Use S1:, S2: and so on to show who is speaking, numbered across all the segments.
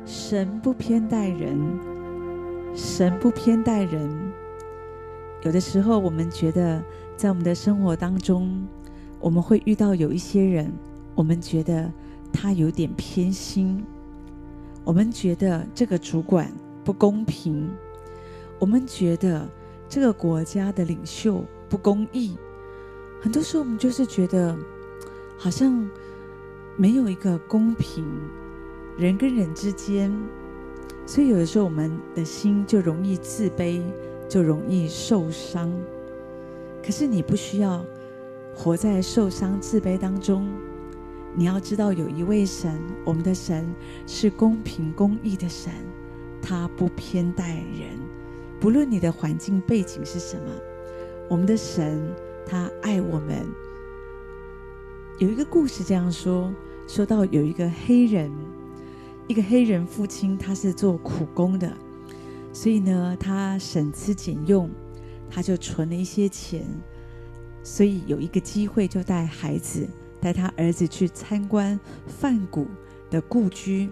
S1: 神不偏待人，神不偏待人。有的时候我们觉得在我们的生活当中，我们会遇到有一些人，我们觉得他有点偏心，我们觉得这个主管不公平，我们觉得这个国家的领袖不公义。很多时候我们就是觉得好像没有一个公平，人跟人之间，所以有的时候我们的心就容易自卑，就容易受伤。可是你不需要活在受伤自卑当中，你要知道有一位神，我们的神是公平公义的神，他不偏待人，不论你的环境背景是什么，我们的神他爱我们。有一个故事这样说到有一个黑人父亲，他是做苦工的，所以呢他省吃俭用，他就存了一些钱，所以有一个机会就带他儿子去参观梵谷的故居。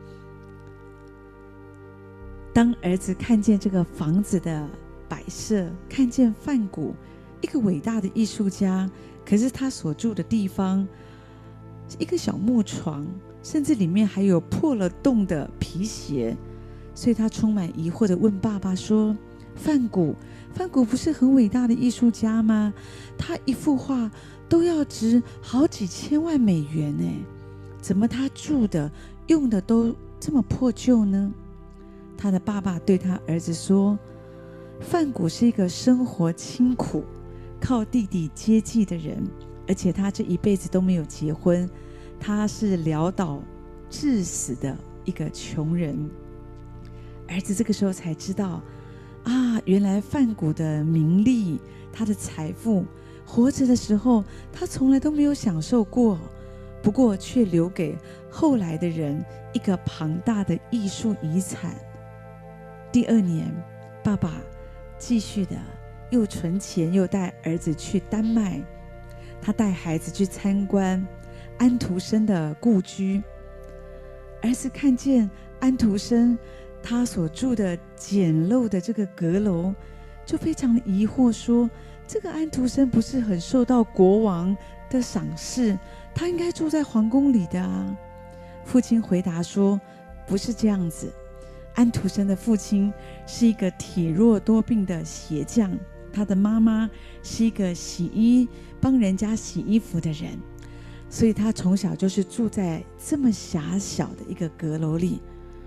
S1: 当儿子看见这个房子的摆设，看见梵谷一个伟大的艺术家，可是他所住的地方是一个小木床，甚至里面还有破了洞的皮鞋，所以他充满疑惑地问爸爸说，梵谷不是很伟大的艺术家吗？他一幅画都要值好几千万美元呢，怎么他住的用的都这么破旧呢？他的爸爸对他儿子说，梵谷是一个生活清苦，靠弟弟接济的人，而且他这一辈子都没有结婚，他是潦倒致死的一个穷人。儿子这个时候才知道原来梵谷的名利，他的财富，活着的时候他从来都没有享受过，不过却留给后来的人一个庞大的艺术遗产。第2年，爸爸继续的又存钱，又带儿子去丹麦，他带孩子去参观安徒生的故居。儿子看见安徒生他所住的简陋的这个阁楼，就非常的疑惑说，这个安徒生不是很受到国王的赏识，他应该住在皇宫里的啊。父亲回答说，不是这样子，安徒生的父亲是一个体弱多病的鞋匠，他的妈妈是一个帮人家洗衣服的人，所以他从小就是住在这么狭小的一个阁楼里。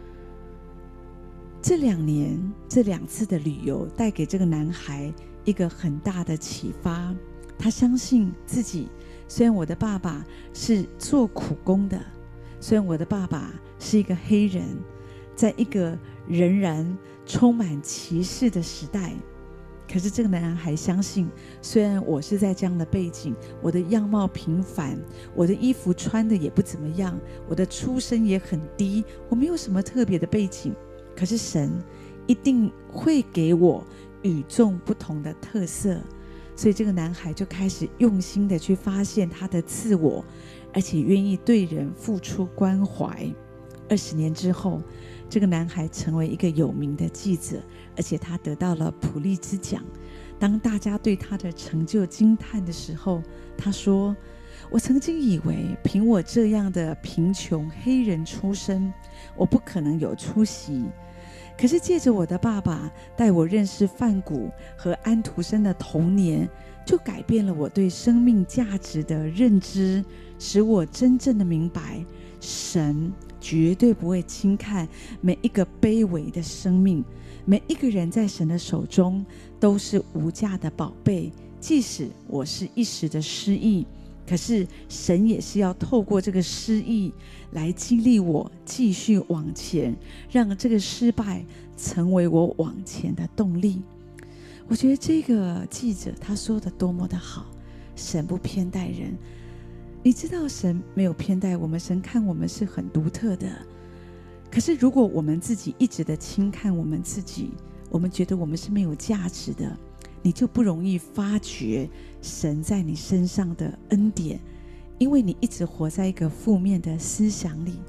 S1: 这2次的旅游带给这个男孩一个很大的启发，他相信自己，虽然我的爸爸是做苦工的，虽然我的爸爸是一个黑人，在一个仍然充满歧视的时代，可是这个男孩相信，虽然我是在这样的背景，我的样貌平凡，我的衣服穿的也不怎么样，我的出身也很低，我没有什么特别的背景，可是神一定会给我与众不同的特色。所以这个男孩就开始用心的去发现他的自我，而且愿意对人付出关怀。20年之后，这个男孩成为一个有名的记者，而且他得到了普利兹奖。当大家对他的成就惊叹的时候，他说，我曾经以为凭我这样的贫穷黑人出身，我不可能有出息，可是借着我的爸爸带我认识梵谷和安徒生的童年，就改变了我对生命价值的认知，使我真正的明白，神绝对不会轻看每一个卑微的生命，每一个人在神的手中都是无价的宝贝。即使我是一时的失意，可是神也是要透过这个失意来激励我继续往前，让这个失败成为我往前的动力。我觉得这个记者他说的多么的好，神不偏待人。你知道神没有偏待我们，神看我们是很独特的。可是如果我们自己一直的轻看我们自己，我们觉得我们是没有价值的，你就不容易发觉神在你身上的恩典，因为你一直活在一个负面的思想里。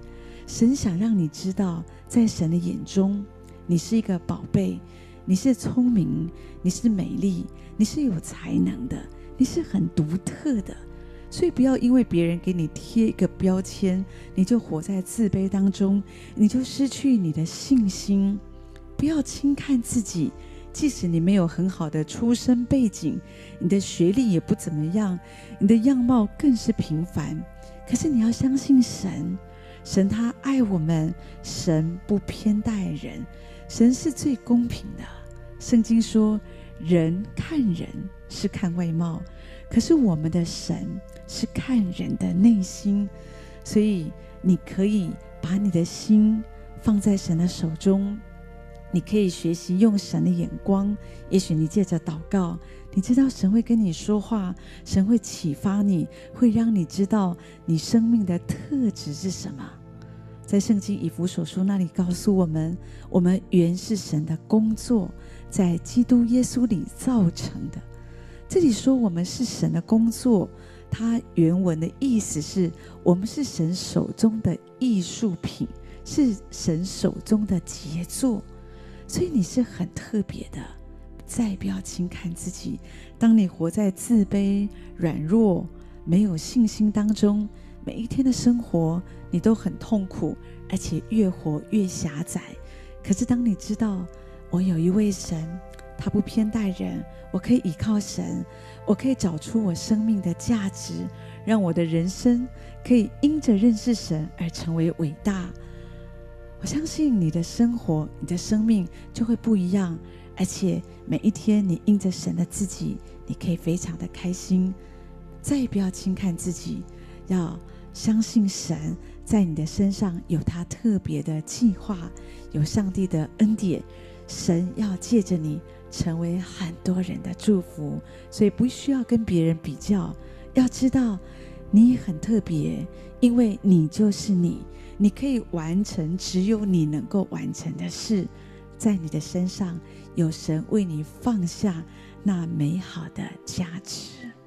S1: 神想让你知道，在神的眼中，你是一个宝贝，你是聪明，你是美丽，你是有才能的，你是很独特的。所以不要因为别人给你贴一个标签，你就活在自卑当中，你就失去你的信心。不要轻看自己，即使你没有很好的出身背景，你的学历也不怎么样，你的样貌更是平凡，可是你要相信神，神他爱我们，神不偏待人，神是最公平的。圣经说，人看人是看外貌，可是我们的神是看人的内心。所以你可以把你的心放在神的手中，你可以学习用神的眼光。也许你借着祷告，你知道神会跟你说话，神会启发你，会让你知道你生命的特质是什么。在圣经以弗所书那里告诉我们，我们原是神的工作，在基督耶稣里造成的。这里说我们是神的工作，它原文的意思是我们是神手中的艺术品，是神手中的杰作。所以你是很特别的，再不要轻看自己。当你活在自卑、软弱、没有信心当中，每一天的生活你都很痛苦，而且越活越狭窄。可是当你知道我有一位神，他不偏待人，我可以依靠神，我可以找出我生命的价值，让我的人生可以因着认识神而成为伟大。我相信你的生活，你的生命就会不一样，而且每一天你因着神的自己，你可以非常的开心。再也不要轻看自己，要相信神在你的身上有他特别的计划，有上帝的恩典，神要借着你成为很多人的祝福。所以不需要跟别人比较，要知道你很特别，因为你就是你，你可以完成只有你能够完成的事。在你的身上有神为你放下那美好的价值。